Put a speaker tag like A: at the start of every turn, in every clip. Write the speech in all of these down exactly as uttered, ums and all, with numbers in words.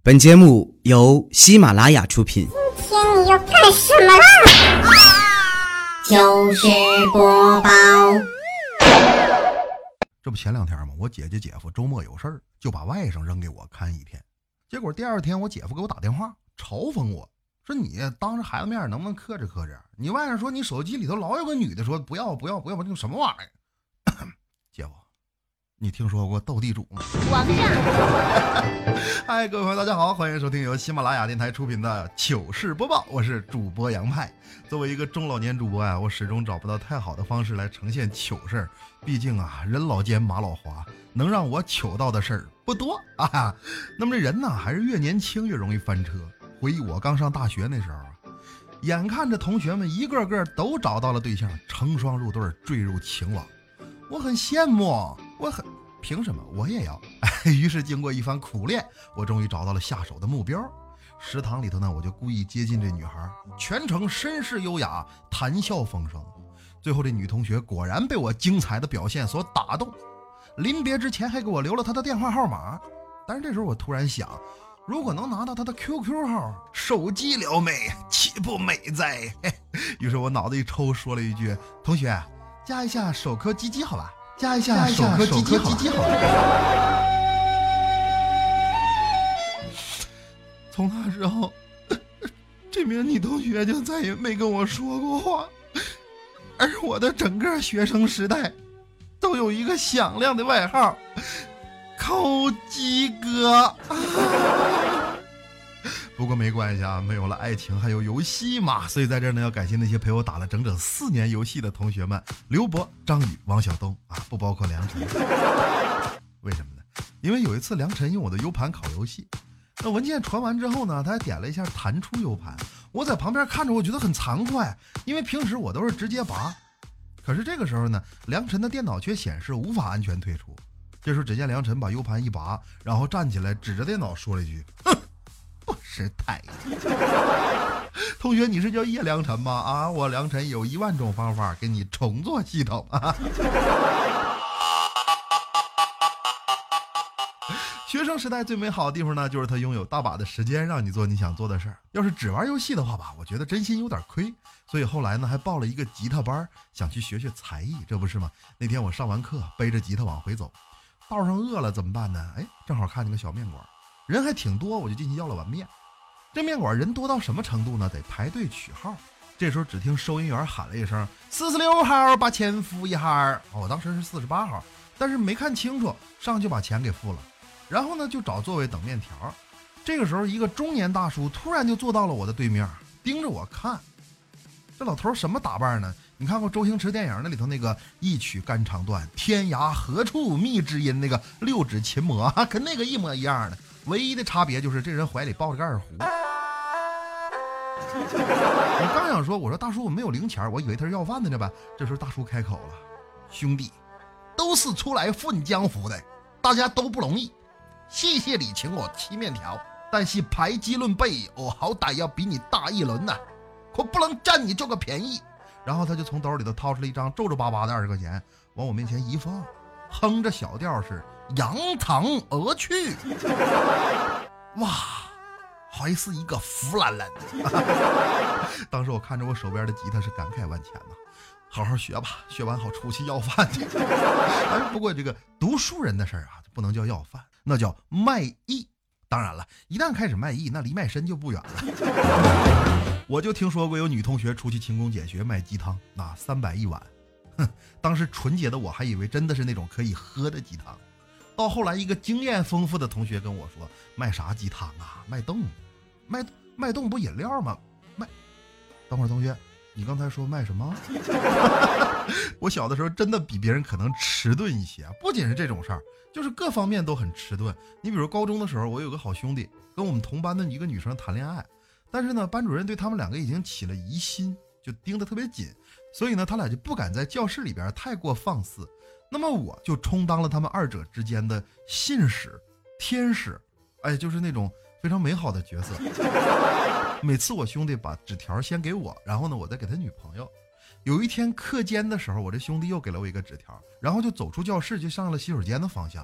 A: 本节目由喜马拉雅出品。
B: 今天你要干什么啦？
C: 糗事播报。
D: 这不前两天吗？我姐姐姐夫周末有事儿，就把外甥扔给我看一天。结果第二天我姐夫给我打电话嘲讽我说，你当着孩子面能不能克制克制？你外甥说你手机里头老有个女的说不要不要不要，这个什么玩意儿？姐夫，你听说过斗地主吗？
C: 王炸！
D: 嗨，各位朋友大家好，欢迎收听由喜马拉雅电台出品的糗事播报，我是主播杨派。作为一个中老年主播啊，我始终找不到太好的方式来呈现糗事，毕竟啊人老奸马老滑，能让我糗到的事儿不多啊。那么这人呢，还是越年轻越容易翻车。回忆我刚上大学那时候啊，眼看着同学们一个个都找到了对象，成双入对，坠入情网，我很羡慕，我很凭什么我也要？于是经过一番苦练，我终于找到了下手的目标。食堂里头呢，我就故意接近这女孩，全程绅士优雅，谈笑风生。最后这女同学果然被我精彩的表现所打动，临别之前还给我留了她的电话号码。但是这时候我突然想，如果能拿到她的 Q Q 号，手机撩妹岂不美哉？于是我脑子一抽，说了一句：同学，加一下手科鸡鸡好吧，加一下手科鸡鸡好吧。从那之后，这名女同学就再也没跟我说过话，而我的整个学生时代都有一个响亮的外号——抠鸡哥。不过没关系啊，没有了爱情还有游戏嘛，所以在这儿呢，要感谢那些陪我打了整整四年游戏的同学们：刘博、张宇、王晓东啊，不包括梁晨。为什么呢？因为有一次梁晨用我的 U 盘拷游戏，那文件传完之后呢，他还点了一下弹出 U 盘，我在旁边看着，我觉得很惭愧，因为平时我都是直接拔。可是这个时候呢，梁晨的电脑却显示无法安全退出。这时候只见梁晨把 U 盘一拔，然后站起来指着电脑说了一句：哼，不识抬举。同学，你是叫叶良辰吗？啊，我梁晨有一万种方法给你重做系统啊。学生时代最美好的地方呢，就是他拥有大把的时间让你做你想做的事儿。要是只玩游戏的话吧，我觉得真心有点亏。所以后来呢，还报了一个吉他班，想去学学才艺，这不是吗？那天我上完课，背着吉他往回走，道上饿了怎么办呢？哎，正好看见个小面馆，人还挺多，我就进去要了碗面。这面馆人多到什么程度呢？得排队取号。这时候只听收银员喊了一声：四十六号，把钱付一下。哦，我当时是四十八号，但是没看清楚，上去把钱给付了。然后呢，就找座位等面条。这个时候，一个中年大叔突然就坐到了我的对面，盯着我看。这老头什么打扮呢？你看过周星驰电影那里头那个一曲肝肠断，天涯何处觅知音，那个六指琴魔啊，跟那个一模一样的，唯一的差别就是这人怀里抱着个二胡。我刚想说，我说大叔我没有零钱，我以为他是要饭的呢吧。这时候大叔开口了：兄弟，都是出来混江湖的，大家都不容易。谢谢你请我吃面条，但是排鸡论辈，我好歹要比你大一轮呐、啊，可不能占你这个便宜。然后他就从兜里头掏出了一张皱皱巴巴的二十块钱，往我面前一放，哼着小调是扬长而去。哇，还是一个湖南人。当时我看着我手边的吉他是感慨万千呐，好好学吧，学完好出去要饭去。哎，不过这个读书人的事儿啊，不能叫要饭，那叫卖艺。当然了，一旦开始卖艺，那离卖身就不远了。我就听说过有女同学出去勤工俭学卖鸡汤，那三百一碗。哼，当时纯洁的我还以为真的是那种可以喝的鸡汤。到后来，一个经验丰富的同学跟我说：“卖啥鸡汤啊？卖冻，卖卖冻不饮料吗？卖……等会儿，同学。”你刚才说卖什么？我小的时候真的比别人可能迟钝一些，不仅是这种事儿，就是各方面都很迟钝。你比如高中的时候，我有个好兄弟跟我们同班的一个女生谈恋爱，但是呢，班主任对他们两个已经起了疑心，就盯得特别紧，所以呢，他俩就不敢在教室里边太过放肆。那么我就充当了他们二者之间的信使、天使，哎，就是那种非常美好的角色。每次我兄弟把纸条先给我，然后呢我再给他女朋友。有一天课间的时候，我这兄弟又给了我一个纸条，然后就走出教室，就上了洗手间的方向。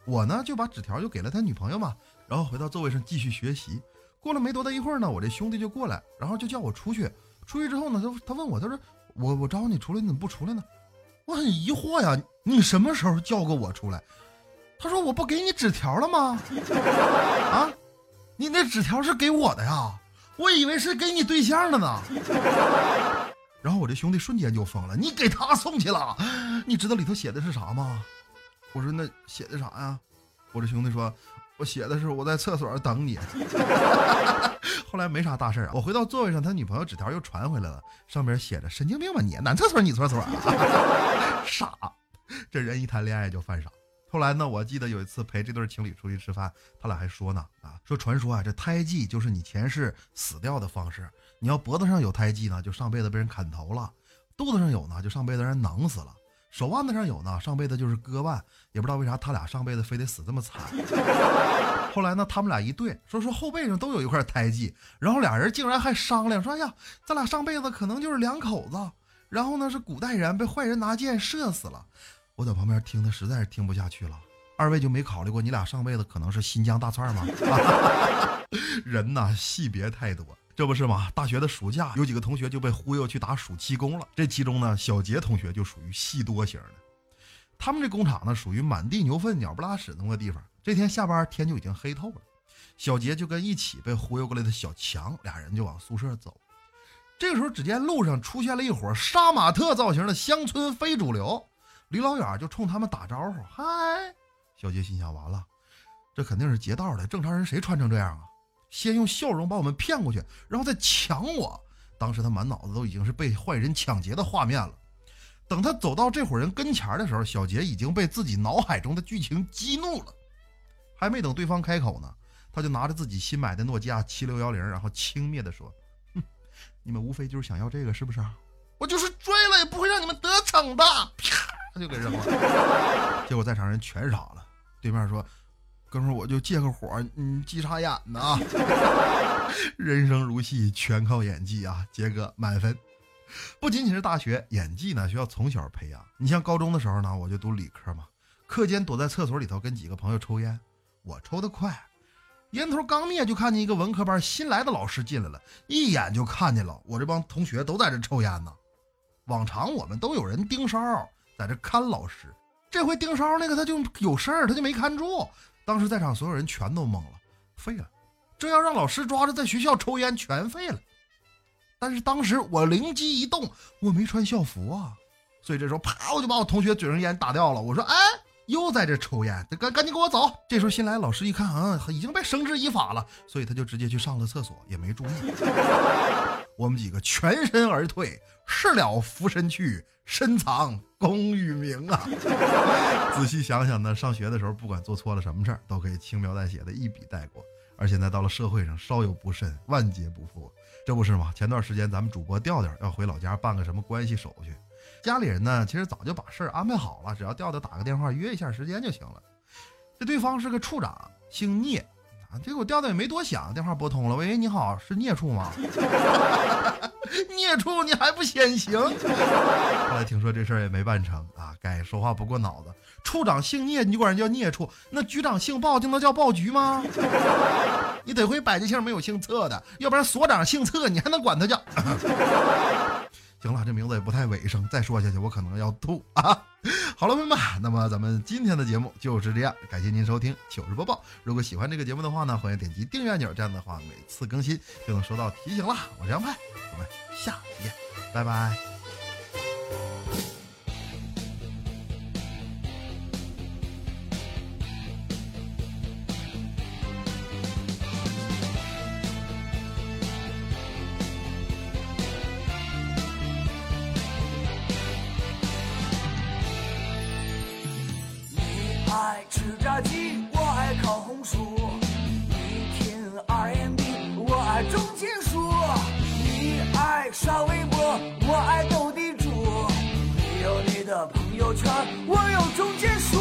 D: 我呢就把纸条就给了他女朋友嘛，然后回到座位上继续学习。过了没多大一会儿呢，我这兄弟就过来，然后就叫我出去。出去之后呢，他他问我，他说我我找你出来，你怎么不出来呢？我很疑惑呀，你什么时候叫过我出来？他说我不给你纸条了吗？啊，你那纸条是给我的呀，我以为是给你对象的呢。然后我这兄弟瞬间就疯了，你给他送去了？你知道里头写的是啥吗？我说那写的啥呀？我这兄弟说，我写的是我在厕所等你。后来没啥大事啊，我回到座位上，他女朋友纸条又传回来了，上面写着神经病吧你，男厕所女厕所啊。傻，这人一谈恋爱就犯傻。后来呢，我记得有一次陪这对情侣出去吃饭，他俩还说呢，啊，说传说啊，这胎记就是你前世死掉的方式。你要脖子上有胎记呢，就上辈子被人砍头了；肚子上有呢，就上辈子人囊死了；手腕子上有呢，上辈子就是割腕。也不知道为啥他俩上辈子非得死这么惨。后来呢，他们俩一对说说后背上都有一块胎记，然后俩人竟然还商量说，哎呀，咱俩上辈子可能就是两口子。然后呢，是古代人被坏人拿剑射死了。我在旁边听的实在是听不下去了。二位就没考虑过你俩上辈子可能是新疆大串吗？人呐，戏别太多，这不是吗？大学的暑假有几个同学就被忽悠去打暑期工了。这其中呢，小杰同学就属于戏多型的。他们这工厂呢，属于满地牛粪鸟不拉屎那么个地方。这天下班天就已经黑透了，小杰就跟一起被忽悠过来的小强俩人就往宿舍走。这个时候只见路上出现了一伙杀马特造型的乡村非主流，离老远就冲他们打招呼，嗨。小杰心想，完了，这肯定是劫道的，正常人谁穿成这样啊？先用笑容把我们骗过去，然后再抢我。当时他满脑子都已经是被坏人抢劫的画面了。等他走到这伙人跟前的时候，小杰已经被自己脑海中的剧情激怒了。还没等对方开口呢，他就拿着自己新买的诺基亚七六一零，然后轻蔑地说，哼，你们无非就是想要这个是不是？我就是追了也不会让你们得逞的。啪就给扔了。结果在场人全傻了。对面说，哥们儿我就借个火，你急啥眼呢？人生如戏，全靠演技啊，杰哥满分。不仅仅是大学，演技呢需要从小培养。你像高中的时候呢，我就读理科嘛，课间躲在厕所里头跟几个朋友抽烟，我抽得快，烟头刚灭就看见一个文科班新来的老师进来了，一眼就看见了我这帮同学都在这抽烟呢。往常我们都有人盯梢在这看老师，这回盯梢那个他就有事儿，他就没看住。当时在场所有人全都懵了，废了，这要让老师抓着在学校抽烟全废了。但是当时我灵机一动，我没穿校服啊，所以这时候啪我就把我同学嘴上烟打掉了。我说，哎，又在这抽烟，赶赶紧给我走。这时候新来老师一看啊，已经被绳之以法了，所以他就直接去上了厕所，也没注意。我们几个全身而退，事了拂身去，深藏功与名啊。仔细想想呢，上学的时候不管做错了什么事儿，都可以轻描淡写的一笔带过，而现在到了社会上，稍有不慎，万劫不复，这不是吗？前段时间咱们主播调调要回老家办个什么关系手续，家里人呢其实早就把事儿安排好了，只要调调打个电话约一下时间就行了。这对方是个处长，姓聂啊，结果调调也没多想，电话拨通了，喂，你好，是聂处吗？聂处你还不显形？后来听说这事儿也没办成啊，该说话不过脑子。处长姓聂，你管人叫聂处，那局长姓鲍就能叫鲍局吗？你得会百家姓没有姓册的，要不然所长姓册，你还能管他叫？行了，这名字也不太卫生，再说下去我可能要吐啊！好了，朋友们，那么咱们今天的节目就是这样，感谢您收听糗事播报。如果喜欢这个节目的话呢，欢迎点击订阅按钮，这样的话每次更新就能收到提醒了。我是杨派，我们下期见，拜拜。
E: 爱吃炸鸡，我爱烤红薯；你听 R and B， 我爱重金属；你爱刷微博，我爱斗地主；你有你的朋友圈，我有重金属。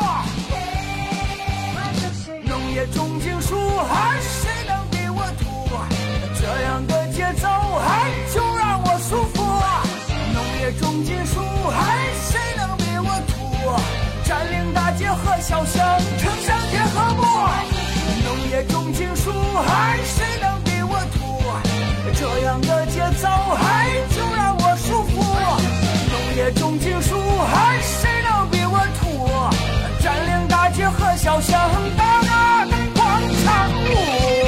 E: 农业重金属，还谁能给我吐？这样的节奏，还就让我舒服。农业重金属，还谁能给我吐？占领大街。 和小巷，城乡结合部，农业重金属，还谁能比我土？这样的节奏，还就让我舒服。农业重金属，还谁能比我土？占领大街和小巷，大大的广场舞。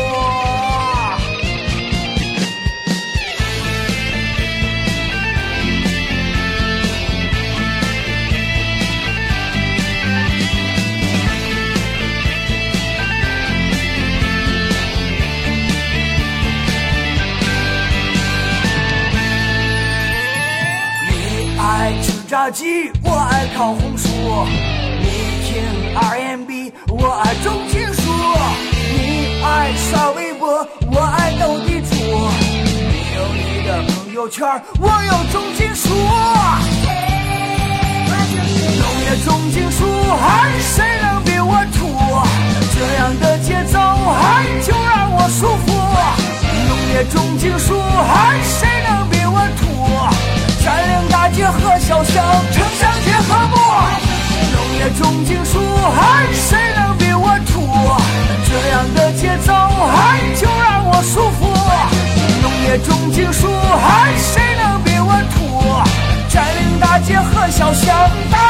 E: 爱吃炸鸡，我爱烤红薯；你听 R and B， 我爱重金属；你爱刷微博，我爱斗地主；你有你的朋友圈，我有重金属。农业重金属，还谁能比我土？这样的节奏，还就让我舒服。农业重金属，还谁能比我土？占领大街和小巷，城乡结合部，农业重金属，还谁能比我土？这样的节奏，还就让我舒服。农业重金属，还谁能比我土？占领大街和小巷。